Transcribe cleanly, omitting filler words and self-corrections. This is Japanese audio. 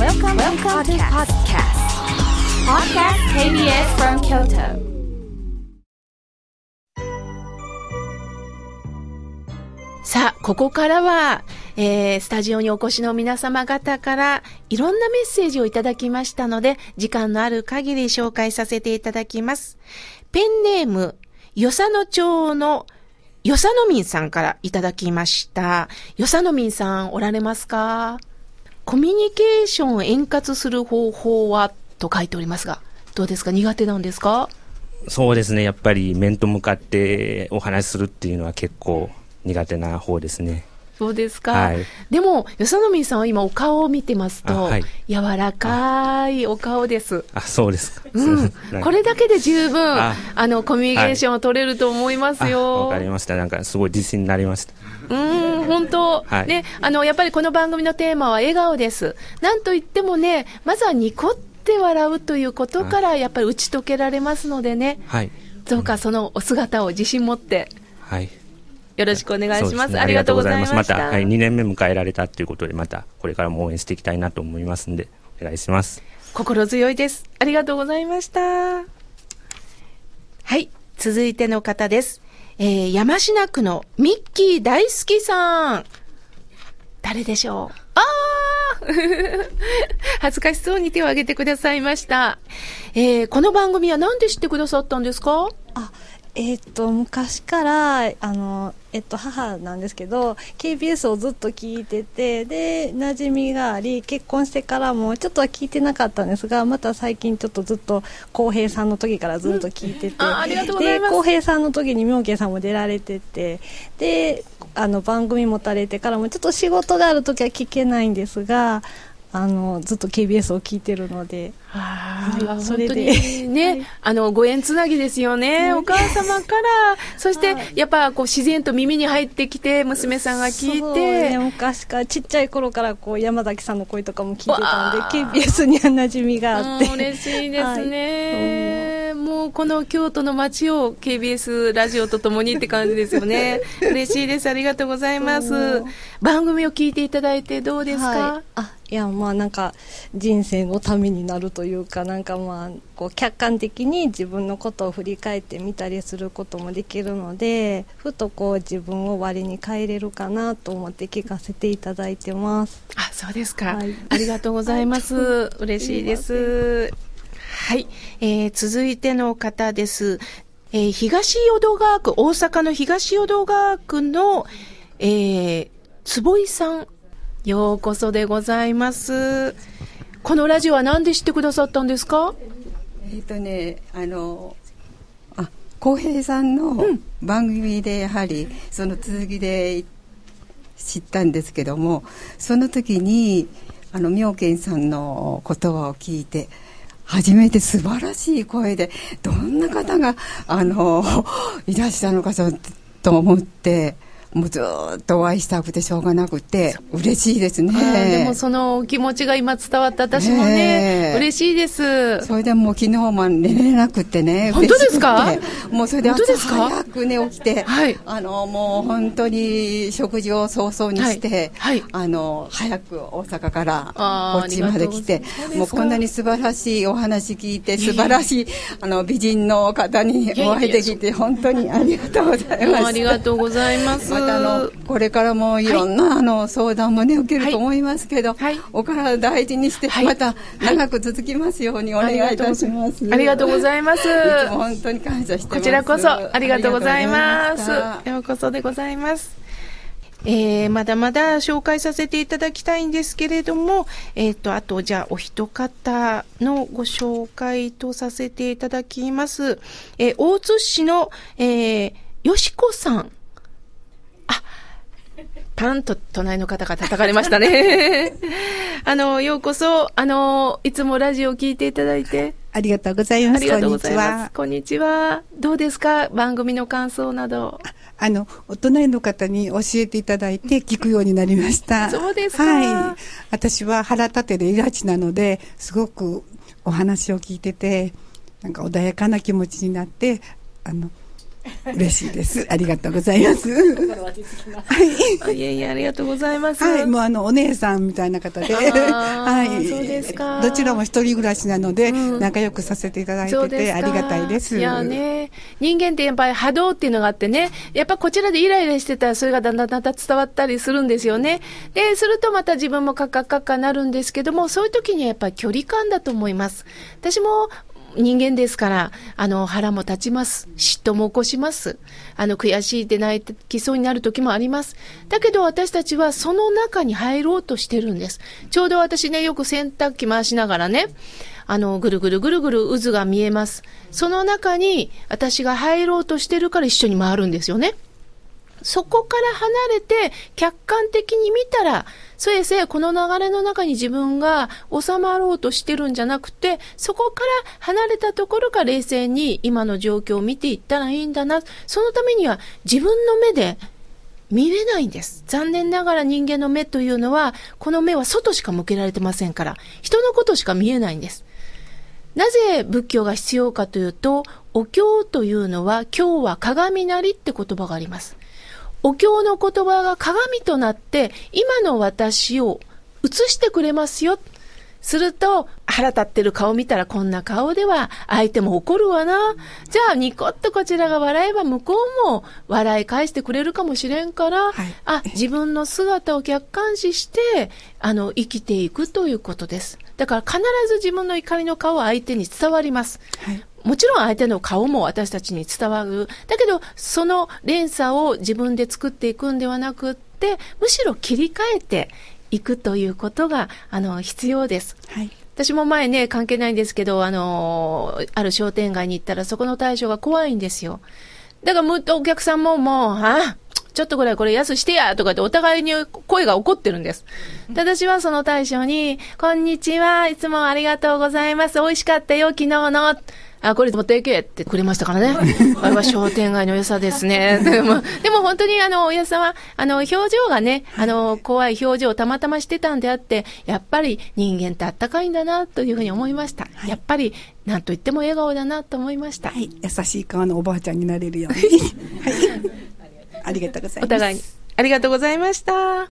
Welcome to podcast. Podcast KBS from Kyoto. さあ、ここからは、スタジオにお越しの皆様方からいろんなメッセージをいただきましたので、時間のある限り紹介させていただきます。ペンネーム、与謝野町の与謝野民さんからいただきました。与謝野民さん、おられますか？コミュニケーションを円滑する方法はと書いておりますが、どうですか？苦手なんですか？ そうですね。やっぱり面と向かってお話しするっていうのは結構苦手な方ですね。 そうですか。 はい、 でも、与謝野民さんは今お顔を見てますと、 はい、 柔らかいお顔です。 そうですか。 これだけで十分、コミュニケーションを取れると思いますよ。 わかりました。なんかすごい自信になりました。 本当、 はい、 ね、やっぱりこの番組のテーマは笑顔です。なんといってもね、まずはニコって笑うということからやっぱり打ち解けられますのでね。 はい。 どうかそのお姿を自信持って。 はい。 よろしくお願いします。 ね、 ありがとうございました。 また、2年目迎えられたということで、またこれからも応援していきたいなと思いますので、お願いします。 心強いです。ありがとうございました。はい、続いての方です。山科区のミッキー大好きさん。誰でしょう？恥ずかしそうに手を挙げてくださいました。この番組は何で知ってくださったんですか？ 昔から、母なんですけど、KBS をずっと聞いてて、で、馴染みがあり、結婚してからもちょっとは聞いてなかったんですが、また最近ちょっとずっと、浩平さんの時からずっと聞いてて、 ありがとうございます。 で、浩平さんの時に妙慶さんも出られてて、で、番組持たれてからもちょっと仕事がある時は聞けないんですが、ずっと KBS を聞いてるので、それでね、ご縁つなぎですよね。お母様から、そしてやっぱこう自然と耳に入ってきて娘さんが聞いて、そうね、 昔からちっちゃい頃からこう山崎さんの声とかも聞いてたんで KBS には馴染みがあって、 嬉しいですね。もうこの京都の街を KBS ラジオとともにって感じですよね。嬉しいです。ありがとうございます。番組を聞いていただいてどうですか？ いや、なんか人生のためになるというか、なんかこう客観的に自分のことを振り返ってみたりすることもできるので、ふとこう自分を我に返れるかなと思って聞かせていただいてます。 そうですか。ありがとうございます。嬉しいです。はい、続いての方です。東淀川区、大阪の東淀川区の、坪井さん。ようこそでございます。このラジオは何で知ってくださったんですか？ 浩平さんの番組でやはりその続きで知ったんですけども、その時に妙見さんの言葉を聞いて、初めて素晴らしい声でどんな方がいらっしゃるのかと思って、もうずっとお会いしたくてしょうがなくて嬉しいですね。 でもその気持ちが今伝わった私もね、嬉しいです。 それでもう昨日も寝れなくてね。 本当ですか？ もうそれで朝早くね起きて、もう本当に食事を早々にして、早く大阪からこっちまで来て、もうこんなに素晴らしいお話聞いて、素晴らしい美人の方にお会いできて本当にありがとうございます。 ありがとうございます。 これからもいろんな相談もね受けると思いますけど、お体大事にして、また長く続きますようにお願いいたします。 ありがとうございます。いつも本当に感謝してます。 こちらこそありがとうございます。ようこそでございます。まだまだ紹介させていただきたいんですけれども、あとじゃあお一方のご紹介とさせていただきます。大津市の、よしこさん。パンと隣の方が叩かれましたね。ようこそ、いつもラジオを聞いていただいて。 ありがとうございます。 ありがとうございます。こんにちは。どうですか？番組の感想など。 お隣の方に教えていただいて聞くようになりました。 そうですか。 はい。私は腹立てでいがちなので、すごくお話を聞いてて、なんか穏やかな気持ちになって、嬉しいです。ありがとうございます。 はい。いえいえ、ありがとうございます。 はい、もうお姉さんみたいな方で。はい。 そうでですか。 どちらも一人暮らしなので、仲良くさせていただいてて、ありがたいです。 いやね、人間ってやっぱり波動っていうのがあってね、やっぱこちらでイライラしてたらそれがだんだん伝わったりするんですよね。で、するとまた自分もカッカッカッカなるんですけども、そういう時にはやっぱり距離感だと思います。私も人間ですから、腹も立ちます。嫉妬も起こします。悔しいって泣きそうになる時もあります。だけど私たちはその中に入ろうとしてるんです。ちょうど私ね、よく洗濯機回しながらね、ぐるぐるぐるぐる渦が見えます。その中に私が入ろうとしてるから一緒に回るんですよね。そこから離れて客観的に見たら、そうやせやこの流れの中に自分が収まろうとしてるんじゃなくて、そこから離れたところから冷静に今の状況を見ていったらいいんだな。そのためには自分の目で見れないんです。残念ながら人間の目というのは、この目は外しか向けられてませんから、人のことしか見えないんです。なぜ仏教が必要かというと、お経というのは、経は鏡なりって言葉があります。お経の言葉が鏡となって今の私を映してくれますよ。すると腹立ってる顔見たらこんな顔では相手も怒るわな。じゃあニコッとこちらが笑えば向こうも笑い返してくれるかもしれんから、自分の姿を客観視して生きていくということです。だから必ず自分の怒りの顔は相手に伝わります。もちろん相手の顔も私たちに伝わる。だけど、その連鎖を自分で作っていくんではなくって、むしろ切り替えていくということが、必要です。私も前ね、関係ないんですけど、ある商店街に行ったら、そこの大将が怖いんですよ。だからお客さんもちょっとぐらいこれ安してやとかってお互いに声が起こってるんです。で私はその大将に、こんにちは、いつもありがとうございます。美味しかったよ、昨日の。これ持っていけってくれましたからね。これは商店街の良さですね。でも本当におやさんは、表情がね、怖い表情をたまたましてたんであって、やっぱり人間ってあったかいんだな、というふうに思いました。やっぱり、なんと言っても笑顔だな、と思いました。 優しい顔のおばあちゃんになれるように。ありがとうございます。 お互いに。ありがとうございました。